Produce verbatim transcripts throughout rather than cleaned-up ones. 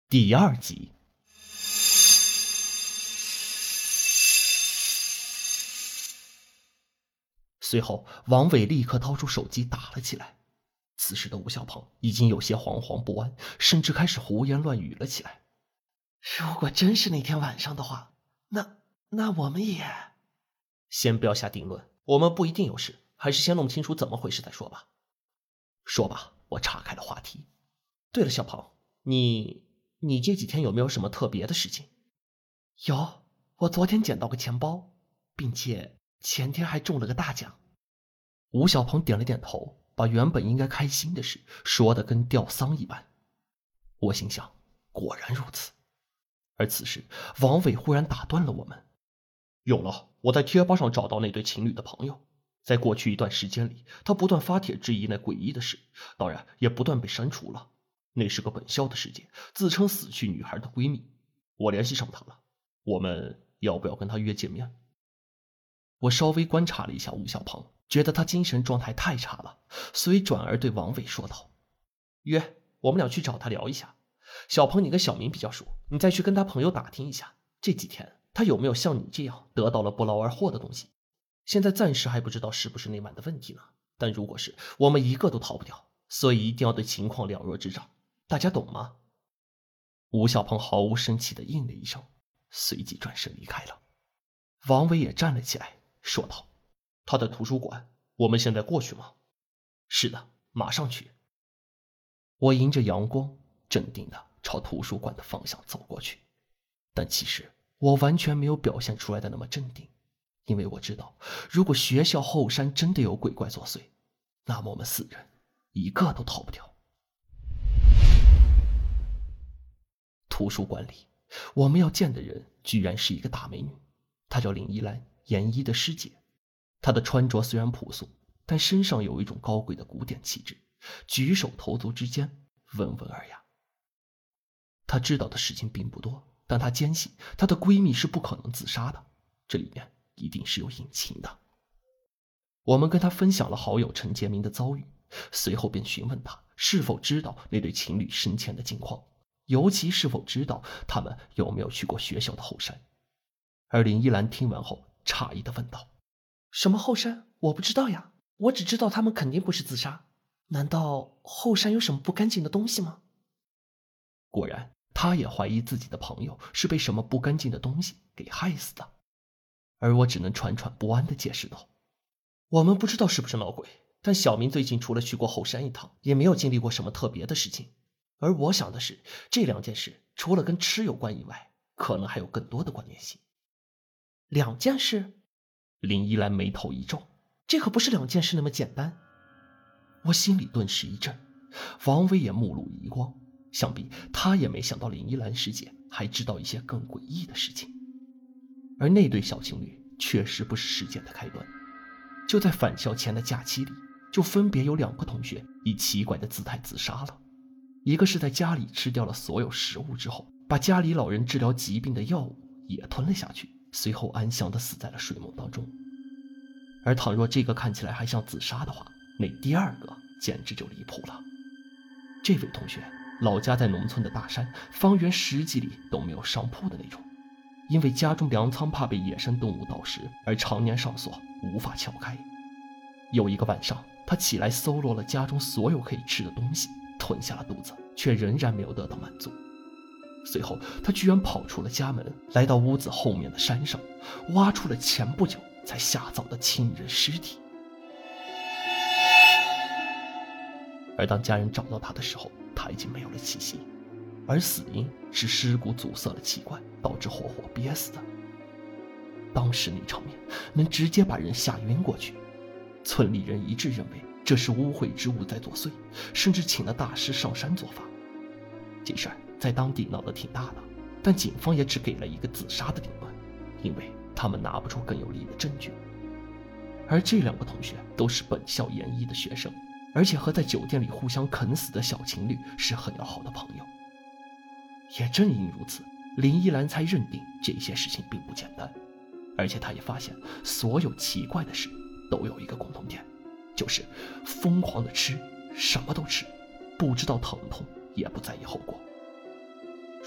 第二集。随后王伟立刻掏出手机打了起来。此时的吴小鹏已经有些惶惶不安，甚至开始胡言乱语了起来。 如果真是那天晚上的话，那那我们也…… 先不要下定论，我们不一定有事，还是先弄清楚怎么回事再说吧。说吧，我岔开了话题。对了，小鹏，你你这几天有没有什么特别的事情？ 有，我昨天捡到个钱包，并且前天还中了个大奖。 吴小鹏点了点头，把原本应该开心的事说得跟吊丧一般。我心想，果然如此。而此时王伟忽然打断了我们。有了，我在贴吧上找到那对情侣的朋友，在过去一段时间里，他不断发帖质疑那诡异的事，当然也不断被删除了。那是个本校的世界，自称死去女孩的闺蜜。我联系上她了，我们要不要跟她约见面？我稍微观察了一下吴小鹏，觉得他精神状态太差了，所以转而对王伟说道：约，我们俩去找他聊一下。小鹏你跟小明比较熟，你再去跟他朋友打听一下，这几天他有没有像你这样得到了不劳而获的东西。现在暂时还不知道是不是那晚的问题呢，但如果是，我们一个都逃不掉，所以一定要对情况了若指掌，大家懂吗？吴小鹏毫无生气地应了一声，随即转身离开了。王伟也站了起来说道：他的图书馆，我们现在过去吗？是的，马上去。我迎着阳光镇定地朝图书馆的方向走过去，但其实我完全没有表现出来的那么镇定，因为我知道，如果学校后山真的有鬼怪作祟，那么我们四人一个都逃不掉。图书馆里，我们要见的人居然是一个大美女，她叫林依兰，研一的师姐。她的穿着虽然朴素，但身上有一种高贵的古典气质，举手投足之间温文尔雅。她知道的事情并不多，但她坚信她的闺蜜是不可能自杀的，这里面一定是有隐情的。我们跟她分享了好友陈杰明的遭遇，随后便询问她是否知道那对情侣生前的近况，尤其是否知道他们有没有去过学校的后山。而林依兰听完后诧异地问道： 什么后山？我不知道呀，我只知道他们肯定不是自杀。难道后山有什么不干净的东西吗？ 果然，他也怀疑自己的朋友是被什么不干净的东西给害死的。而我只能喘喘不安地解释道：我们不知道是不是闹鬼，但小明最近除了去过后山一趟，也没有经历过什么特别的事情。而我想的是，这两件事除了跟吃有关以外，可能还有更多的关联性。 两件事？ 林依兰眉头一皱， 这可不是两件事那么简单。 我心里顿时一震，王威也目露疑光，想必他也没想到林依兰师姐还知道一些更诡异的事情。而那对小情侣确实不是事件的开端，就在返校前的假期里，就分别有两个同学以奇怪的姿态自杀了。一个是在家里吃掉了所有食物之后，把家里老人治疗疾病的药物也吞了下去，随后安详地死在了睡梦当中。而倘若这个看起来还像自杀的话，那第二个简直就离谱了。这位同学老家在农村的大山，方圆十几里都没有商铺的那种，因为家中粮仓怕被野生动物盗食，而常年上锁，无法撬开。有一个晚上，他起来搜罗了家中所有可以吃的东西，吞下了肚子，却仍然没有得到满足。随后他居然跑出了家门，来到屋子后面的山上，挖出了前不久才下葬的亲人尸体。而当家人找到他的时候，他已经没有了气息，而死因是尸骨阻塞了气管，导致活活憋死的。当时那场面能直接把人吓晕过去，村里人一致认为这是污秽之物在作祟，甚至请了大师上山做法。这事儿在当地闹得挺大的，但警方也只给了一个自杀的定论，因为他们拿不出更有力的证据。而这两个同学都是本校研一的学生，而且和在酒店里互相啃死的小情侣是很要好的朋友。也正因如此，林依兰才认定这些事情并不简单，而且她也发现所有奇怪的事都有一个共同点，就是疯狂的吃，什么都吃，不知道疼痛，也不在意后果。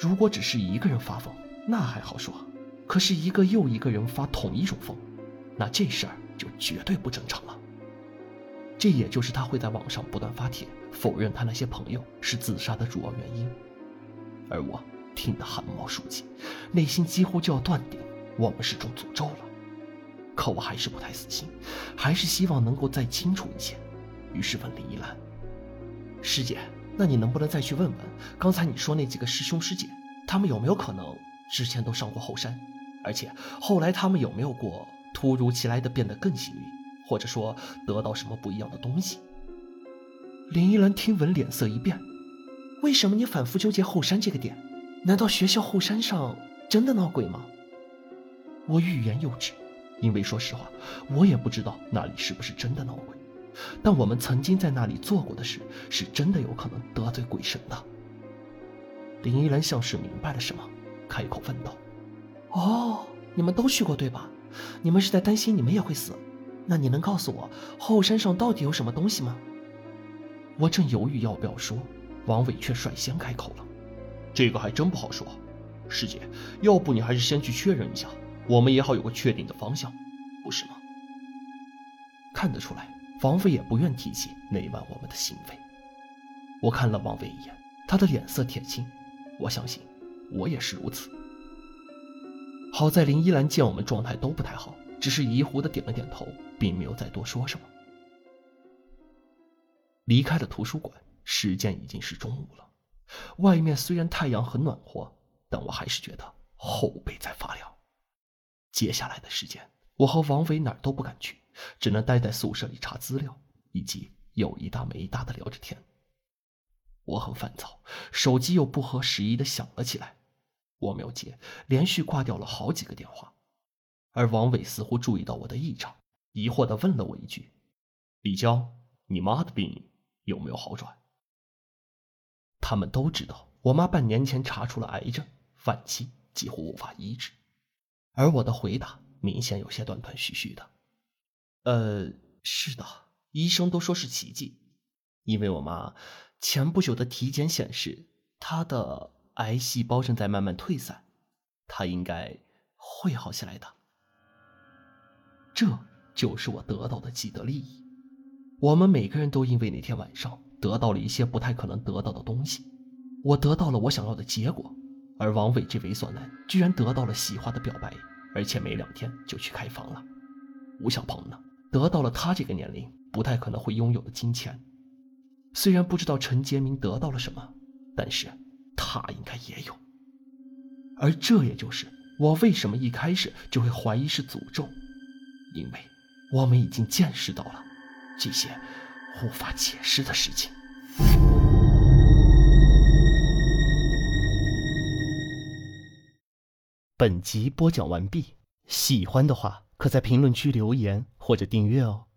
如果只是一个人发疯，那还好说，可是一个又一个人发同一种疯，那这事儿就绝对不正常了。这也就是他会在网上不断发帖否认他那些朋友是自杀的主要原因。而我听得汗毛竖起，内心几乎就要断定我们是中诅咒了。可我还是不太死心，还是希望能够再清楚一些，于是问林依兰：师姐，那你能不能再去问问刚才你说那几个师兄师姐，他们有没有可能之前都上过后山，而且后来他们有没有过突如其来的变得更幸运，或者说得到什么不一样的东西？林依兰听闻脸色一变： 为什么你反复纠结后山这个点？难道学校后山上真的闹鬼吗？ 我欲言又止，因为说实话，我也不知道那里是不是真的闹鬼，但我们曾经在那里做过的事，是真的有可能得罪鬼神的。林依兰像是明白了什么，开口问道： 哦，你们都去过对吧？你们是在担心你们也会死？那你能告诉我后山上到底有什么东西吗？ 我正犹豫要不要说，王伟却率先开口了：这个还真不好说，师姐，要不你还是先去确认一下，我们也好有个确定的方向，不是吗？看得出来，王伟也不愿提起那晚我们的行为。我看了王伟一眼，他的脸色铁青，我相信我也是如此。好在林依兰见我们状态都不太好，只是疑惑地点了点头，并没有再多说什么。离开了图书馆，时间已经是中午了。外面虽然太阳很暖和，但我还是觉得后背在发凉。接下来的时间，我和王伟哪儿都不敢去，只能待在宿舍里查资料，以及有一搭没一搭的聊着天。我很烦躁，手机又不合时宜的响了起来，我没有接，连续挂掉了好几个电话。而王伟似乎注意到我的异常，疑惑地问了我一句：李娇，你妈的病有没有好转？他们都知道我妈半年前查出了癌症，晚期，几乎无法医治。而我的回答明显有些断断续续的。呃，是的，医生都说是奇迹，因为我妈前不久的体检显示，她的癌细胞正在慢慢退散，她应该会好起来的。这就是我得到的既得利益。我们每个人都因为那天晚上得到了一些不太可能得到的东西。我得到了我想要的结果，而王伟这猥琐男居然得到了喜欢的表白，而且没两天就去开房了。吴小鹏呢，得到了他这个年龄不太可能会拥有的金钱。虽然不知道陈杰明得到了什么，但是他应该也有。而这也就是我为什么一开始就会怀疑是诅咒，因为我们已经见识到了这些无法解释的事情。本集播讲完毕，喜欢的话可在评论区留言或者订阅哦。